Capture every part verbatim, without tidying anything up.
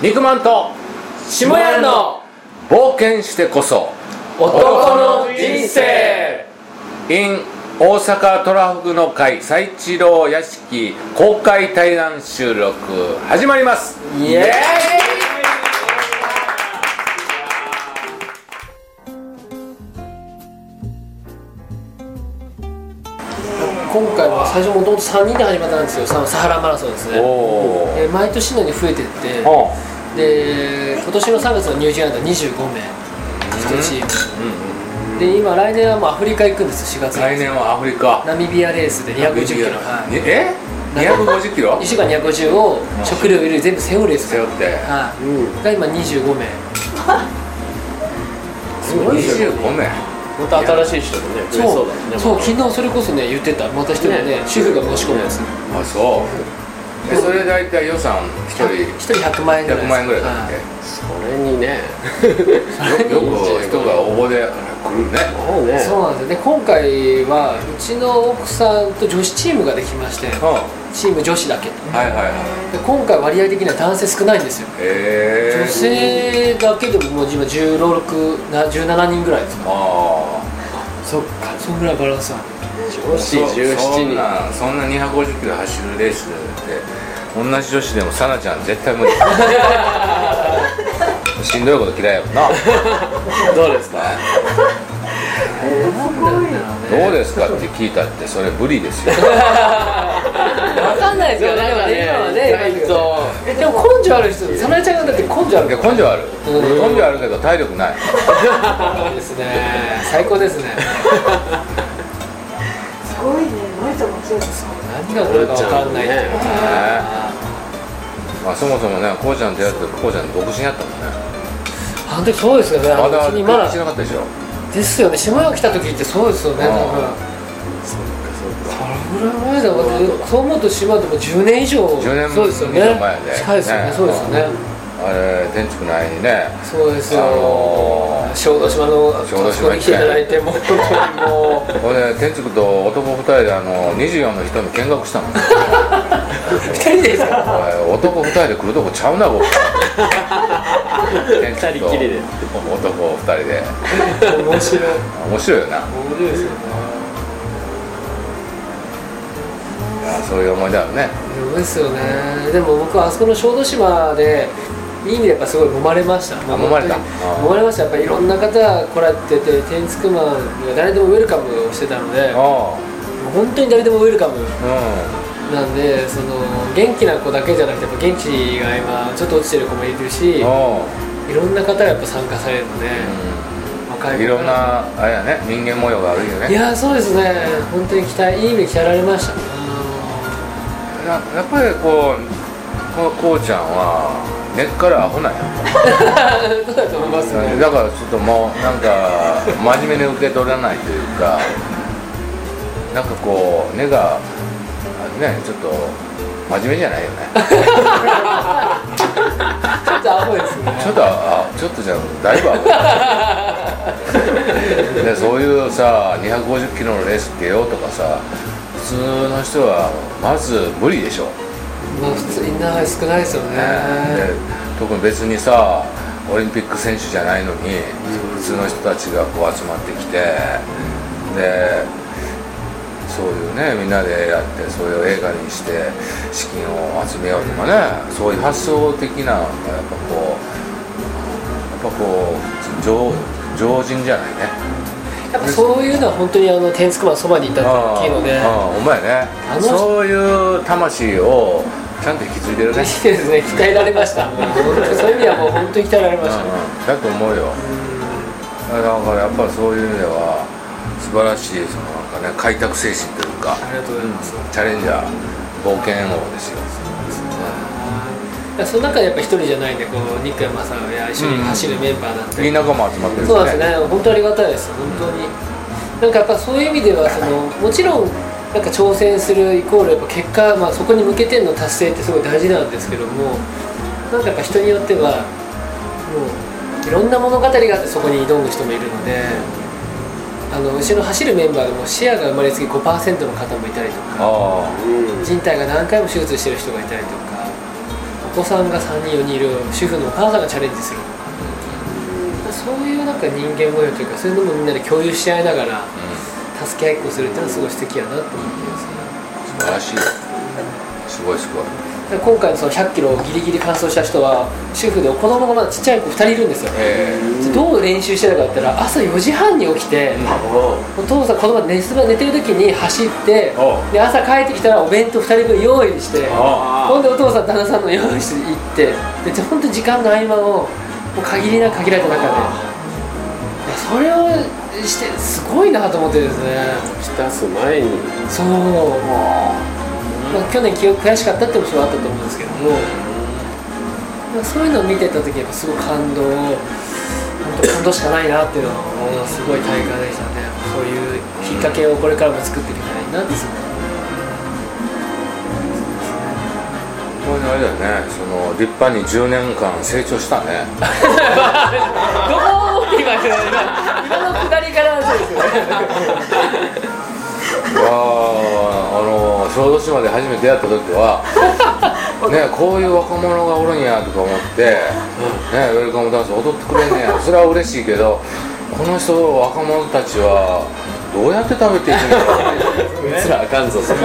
肉まんと下屋の冒険してこそ男の人生 in 大阪トラフグの会佐一郎屋敷公開対談収録始まります。 イエーイ。今回は最初もともとさんにんで始まったんですよ。サハラマラソンですね。え毎年のように増えていってで今年のさんがつのニュージーランドはにじゅうごめいひとチーム、うんうん、で今来年はもうアフリカ行くんですよ。しがつ来年はアフリカナミビアレースでにひゃくごじゅっキロ、 はい、えにひゃくごじゅっキロいっしゅうかんにひゃくごじゅうを食料入れる全部背負うレース背負って、 はい、うん、が今にじゅうごめいすごい。にじゅうごめいまた新しい人もね、 そうそうだね。そう、昨日それこそね言ってた。また一人ね、主婦が申し込むやつ。 あ、そう。でそれ大体予算一人一人ひゃくまんえんぐらい。 ひゃくまんえんぐらいだっけ。 それにね、 よく人が応募で来るね。 そうなんですよね。今回はうちの奥さんと女子チームができまして、チーム女子だけ。 はいはいはい。 で今回割合的には男性少ないんですよ。 へー。 女性だけでももう今じゅうろく、じゅうななにんぐらいですか。 ああ。 そっか、そんぐらいバランスある。 女子じゅうななにん。 そんなそんなにひゃくごじゅっキロ走るレースで同じ女子でもサナちゃん絶対無理。しんどいこと嫌いやもんな。 どうですか？ どうですかって聞いたってそれ無理ですよ。 分かんないですよね。今はね。でも根性ある人、サナちゃんがだって根性ある。 根性ある。根性あるけど体力ない。 ですね。最高ですね。 すごいね。何ともそうです。 何がこれか分かんないっていうね。 まあそもそもね、こうちゃんとやってこうちゃん独身やったもんね。 あの時そうですよね。 まだまだしなかったでしょ。 ですよね。島が来た時ってそうですよね。多分。そっかそっか。それぐらい前だわ。そう思うと島でもじゅうねん以上。 じゅうねんそうですよね。 前で。 近いですよね。そうですよね。 あれ天竺内にね。 そうですよ。小豆島の小豆島に来ていただいてもう本当にもう。 これ天竺と男ふたりであのにじゅうよんの人に見学したの。 ふたりでですか？ 男ふたりで来るとこちゃうな僕。 ふたりきりで。 男ふたりで。 面白い。 面白いよな。 面白いですよね。 いやそういう思い出あるね。 そうですよね。でも僕はあそこの小豆島でいい意味でやっぱすごい揉まれました。 揉まれた。 揉まれました。やっぱりいろんな方が来られてて、天竺マンが誰でもウェルカムをしてたので、もう本当に誰でもウェルカムなんで、その元気な子だけじゃなくてやっぱ元気が今ちょっと落ちてる子もいるし、いろんな方がやっぱ参加されるので、若い子いろんなあれやね、人間模様があるよね。 いやそうですね。本当に期待いい意味で鍛えられました。 や, やっぱりこう こ, こうちゃんは根っからアホなんや。 そうだと思いますね。 だからちょっともうなんか真面目に受け取らないというか、なんかこう根がねちょっと真面目じゃないよね。 ちょっとアホですね。 ちょっとあちょっとじゃだいぶアホ。でそういうさにひゃくごじゅっキロのレースってよとかさ。普通の人はまず無理でしょ。 まあ普通みんな少ないですよね。 で特に別にさオリンピック選手じゃないのに、うん、普通の人たちがこう集まってきて、でそういうねみんなでやってそれを映画にして資金を集めようとかね、そういう発想的なやっぱこうやっぱこう 常, 常人じゃないね。 やっぱそういうのは本当にあの天竺マンそばにいたって大きいので、 お前ねそういう魂をちゃんと引き継いでるね。 いいですね、鍛えられました。そういう意味ではもう本当に鍛えられました、ね、 うん、だと思うよ。だからやっぱりそういう意味では素晴らしいそのなんかね開拓精神というか、 ありがとうございます、 うん、チャレンジャー冒険王ですよ。 その中でやっぱ一人じゃないんで、こうニックやマサや一緒に走るメンバーだったり、 いい仲間集まってるんですね。 そうですね、本当ありがたいです。本当になんかやっぱそういう意味ではそのもちろんなんか挑戦するイコールやっぱ結果、まあ、そこに向けての達成ってすごい大事なんですけども、なんかやっぱ人によってはもういろんな物語があってそこに挑む人もいるので、あの後ろ走るメンバーでも視野が生まれつき ごパーセント の方もいたりとか、人体が何回も手術してる人がいたりとか、 子さんがさんにんよにんいる主婦のお母さんがチャレンジするとか、そういうなんか人間模様というか、そういうのもみんなで共有し合いながら助け合いっこするっていうのはすごい素敵やなと思ってますね。 素晴らしい。すごいすごい。 今回のそのひゃっキロをギリギリ完走した人は主婦で子供がまだちっちゃい子ふたりいるんですよ。どう練習してたかって言ったら、朝よじはんに起きて、お父さん子供が 寝, 寝てる時に走って、で朝帰ってきたらお弁当ふたりぶん用意して、ほんでお父さん旦那さんの用意して行って、で本当に時間の合間をもう限りなく限られた中で、それをしてすごいなと思ってですね。 浸す前にそう、まあ、去年悔しかったってもそうあったと思うんですけども、まあ、そういうのを見てた時やっぱすごい感動、本当感動しかないなっていうのはすごい体感でしたね。そういうきっかけをこれからも作っていきたいなってすごい。 これあれだよね、その立派にじゅうねんかん成長したね。 どこって今今のくだりからそうですよね。 いやー、あの小豆島で初めて出会った時はね、こういう若者がおるんやとか思って、ね、ウェルカムダンス踊ってくれんねや、それは嬉しいけど、この人若者たちはどうやって食べていくのかうつらあかんぞそこ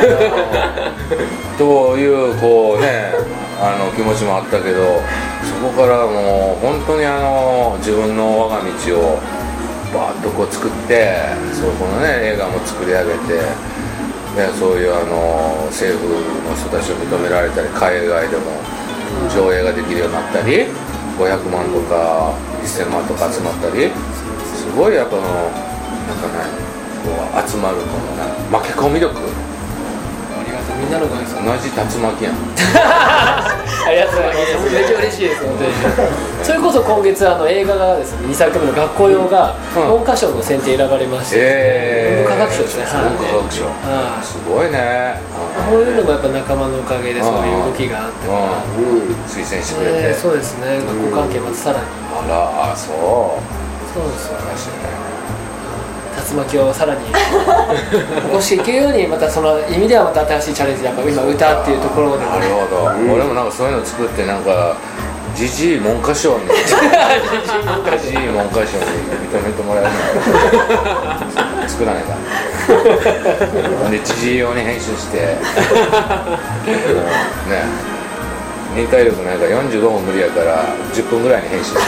というこうね、あの気持ちもあったけど、そこからもう本当にあの自分の我が道をバーッとこう作って、そこのね映画も作り上げて、ね、そういうあの政府の人たちを認められたり、海外でも上映ができるようになったり、ごひゃくまんとかせんまんとか集まったり、すごいやっぱのなんかね、こう集まるこのね巻き込み力、 ありがとう、みんなのおかげです。 同じ竜巻やん。 ありがとうございます。めっちゃ嬉しいです本当に。それこそ今月あの映画がですね、にさくめの学校用が文科省の選定選ばれまして、 えー、 文科学省ですね。 文科学省、 はい、 すごいね。 こういうのもやっぱ仲間のおかげでそういう動きがあってから、 推薦してくれて、 えー、そうですね、学校関係またさらに、 あら、あ、そうそうですよね、 素晴らしいね。 竜巻をさらに起こしていけるように、またその意味ではまた新しいチャレンジ、やっぱ今歌っていうところでも、 なるほど、うん、俺もなんかそういうの作って、なんかジジイ文科省にジジイ文科省に認めてもらえるの作らないかで、ジジイ用に編集してね、忍耐力ないからよんじゅうごふん無理やからじゅっぷんぐらいに編集して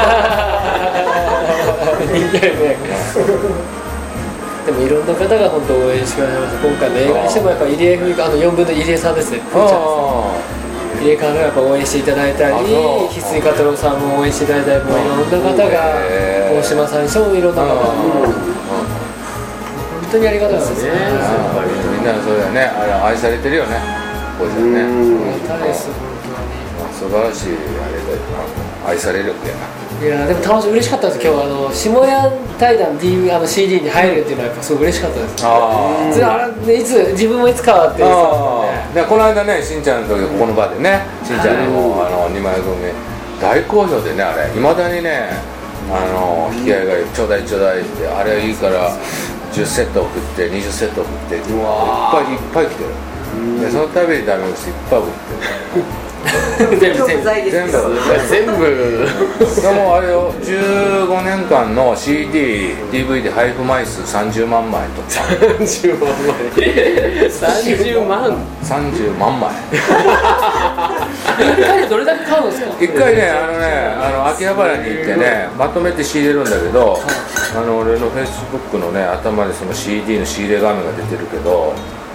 でもいろんな方が本当応援してくれました。今回の映画にしてもやっぱ入江文香、あのよんぶんの入江さんですね、入江監督やっぱ応援していただいたり、翡翠香太郎さんも応援していただいたり、もういろんな方が、大島さんにしてもいろんな方が、本当にありがたいですね。 みんなそうだよね、愛されてるよね、こうじゃね。 ありがたいです、 素晴らしいあれだよな、愛されるってやな。 いやでも楽しい、嬉しかったです。今日あの下屋対談 D あの シーディー に入るっていうのはやっぱすごい嬉しかったです。ああ、いつ自分もいつかって言ってたんで、 ね、この間ね、しんちゃんの時ここの場でね、しんちゃんにもあのにまい組大好評でね、あれいまだにね、あの引き合いがちょうだいちょうだいって、あれいいからじゅっセット送ってにじゅっセット送っていっぱいいっぱい来てる。でその度にダメ口いっぱい送ってる。 全部全部全部全部でもあれよ、じゅうごねんかんの シーディー、ディーブイディー 配布枚数さんじゅうまんまいとかさんじゅうまんまいさんじゅうまんさんじゅうまんまい一回でどれだけ買うんですか？ 一回ね、あのね、あの秋葉原に行ってね、まとめて仕入れるんだけど、あの俺のフェイスブックのね頭にその シーディー の仕入れ画面が出てるけど、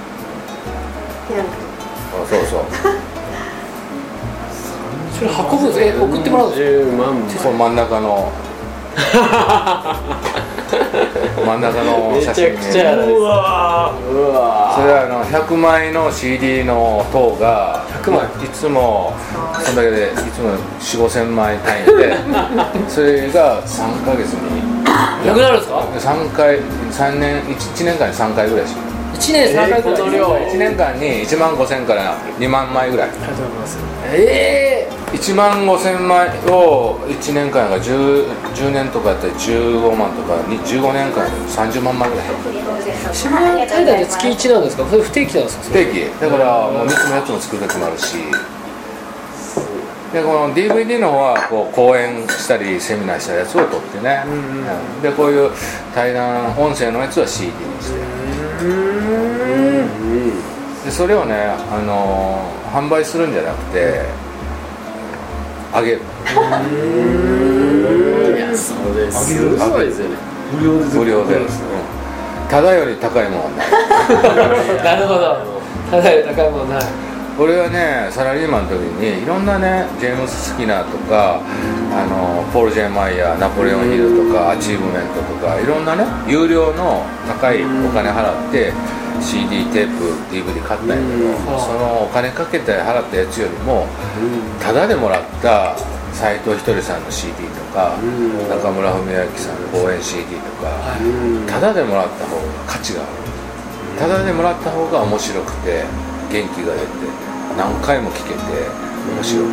あ、そうそうそれ運ぶんですか？送ってもらうんですか？ じゅうまんこの真ん中の真ん中の写真に、 めちゃくちゃうわうわそれはあのひゃくまいの シーディー の塔がひゃくまいいつもそんだけでいつもよん、ごせんまい単位でそれがさんかげつになくなるんですか？ さんかい、さんねん、いちねんかんにさんかいぐらいしかいちねんさんかいぐらい、 この量いちねんかんにいちまんごせんからにまんまいぐらい、 ありがとうございます。えいちまんごせんまいをいちねんかんが 10, 10年とかやったらじゅうごまんとかじゅうごねんかんでさんじゅうまんまいぐらい。 ー、島屋対談で月いちなんですか？それ不定期なんですか？ 不定期だからもうみっつもよっつも作る時もあるし、 でこの ディーブイディー の方はこう講演したりセミナーしたやつを撮ってね、うん、でこういう対談音声のやつは シーディー にして、うん、でそれをね、あのー、販売するんじゃなくてあげる。 いやそうです。すごいですよね。 無料で無料で、うん、ただより高いもんはない。 なるほど。ただより高いもんはない。 俺はねサラリーマンの時にいろんなねジェームス・スキナーとかあのポール・ジェイ・マイヤー、ナポレオン・ヒルとかアチーブメントとかいろんなね有料の高いお金払って シーディー テープ ディーブイディー 買ったんやけど、そのお金かけて払ったやつよりもタダでもらった斉藤ひとりさんの シーディー とか中村文明さんの講演 シーディー とかタダでもらった方が価値がある。タダでもらった方が面白くて元気が出て何回も聞けて面白く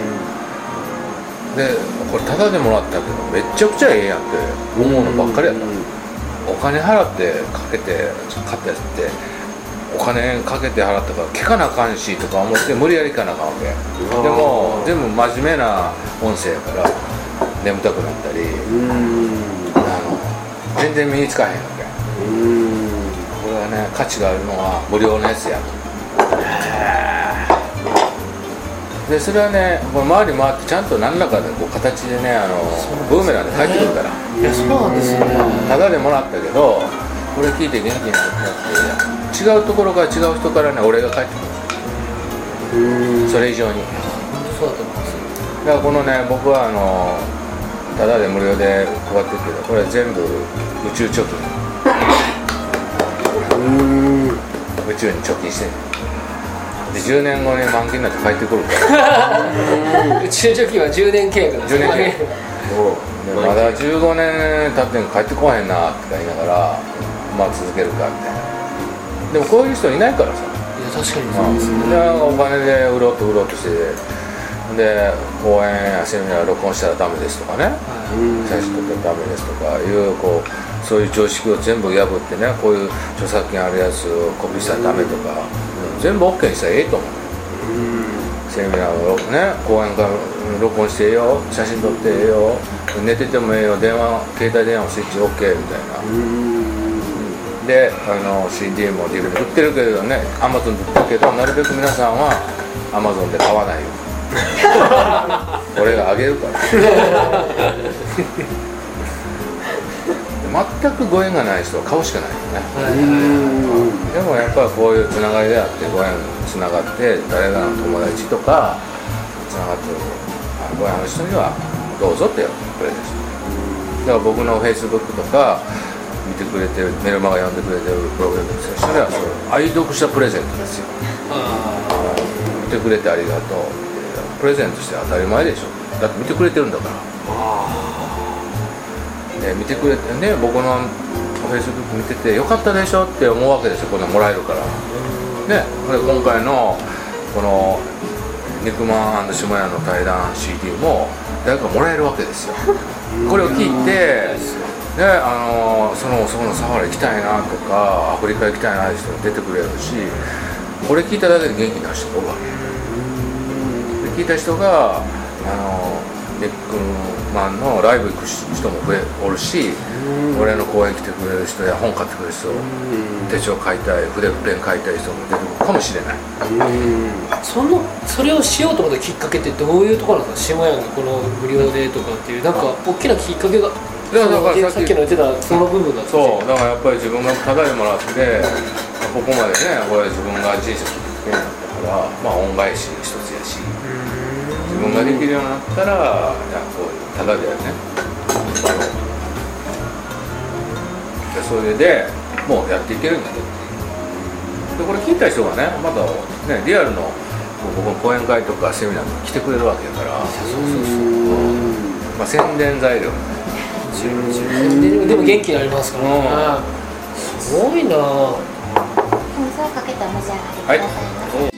て、でこれタダでもらったけどめっちゃくちゃええやんって思うのばっかりやった。お金払ってかけて買ったやつってお金かけて払ったから聞かなあかんしとか思って無理やり聞かなあかんわけ。でも全部真面目な音声やから眠たくなったりあの全然身につかへんわけ。これはね価値があるのは無料のやつや。でそれはね周り回ってちゃんと何らかでこう形でねあのブーメランで帰ってくるから。 いやそうなんですよね。 ただでもらったけどこれ聞いて元気になって違うところから違う人からね俺が帰ってくる。それ以上にそうだと思います。 だからこのね僕はあのただで無料で配ってるけどこれ全部宇宙貯金。宇宙に貯金してる。でじゅうねんごに満期になって帰ってくるから宇宙貯金はじゅうねん契約なんですじゅうねん契約でまだじゅうごねん経ってん帰ってこへんなって言いながらまあ続けるかみたいな。でもこういう人いないからさ。 いや確かにそうですね。 でお金で売ろうと売ろうとしてで講演やセミナー録音したらダメですとかね、はい、写真撮ったらダメですとかいうこうそういう常識を全部破ってねこういう著作権あるやつをコピーしたらダメとか全部 OK にしたらええと思う。セミナーをね講演会録音してええよ写真撮ってええよ寝ててもええよ電話携帯電話のスイッチ OK みたいな。であの シーディー も ディーブイディー 売ってるけどね Amazon で売ってるけどなるべく皆さんは Amazon で買わないよ俺があげるから全くご縁がない人は買うしかないよね。でもやっぱりこういうつながりであってご縁つながって誰かの友達とかつながってるご縁ある人にはどうぞってプレゼント。だから僕の Facebook とか見てくれてるメルマガ読んでくれてるプログラムですよ。それはそれ愛読したプレゼントですよ。見てくれてありがとうプレゼントして当たり前でしょ。だって見てくれてるんだから。ね、見てくれてね僕の Facebook 見ててよかったでしょって思うわけですよ。こんなもらえるからね。で今回のこの肉まん&下屋の対談 シーディー も誰かもらえるわけですよ。これを聞いてね、あのそのそこのサハラ行きたいなとかアフリカ行きたいなって人が出てくれるしこれ聞いただけで元気になる人がおるわけで聞いた人があのニックマンのライブ行く人も増えおるし俺の講演来てくれる人や本買ってくれる人手帳買いたい筆ペン買いたい人も出てくるかもしれない。 そのそれをしようと思ったきっかけってどういうところなんですか。下屋がこの無料でとかっていうなんか大きなきっかけがいやだからさっきの言ってたその部分だった。 そうだからやっぱり自分がタダでもらってここまでねこれ自分が人生きっかけになったからまあ恩返し一つやし自分ができるようになったらじゃあこういうタダでねでそれでもうやっていけるんだね。でこれ聞いた人がねまたねリアルの僕の講演会とかセミナーとか来てくれるわけだからそうそうそうまあ宣伝材料でも元気になりますからね。すごいな。 お水をかけてお召し上がりくださいませ。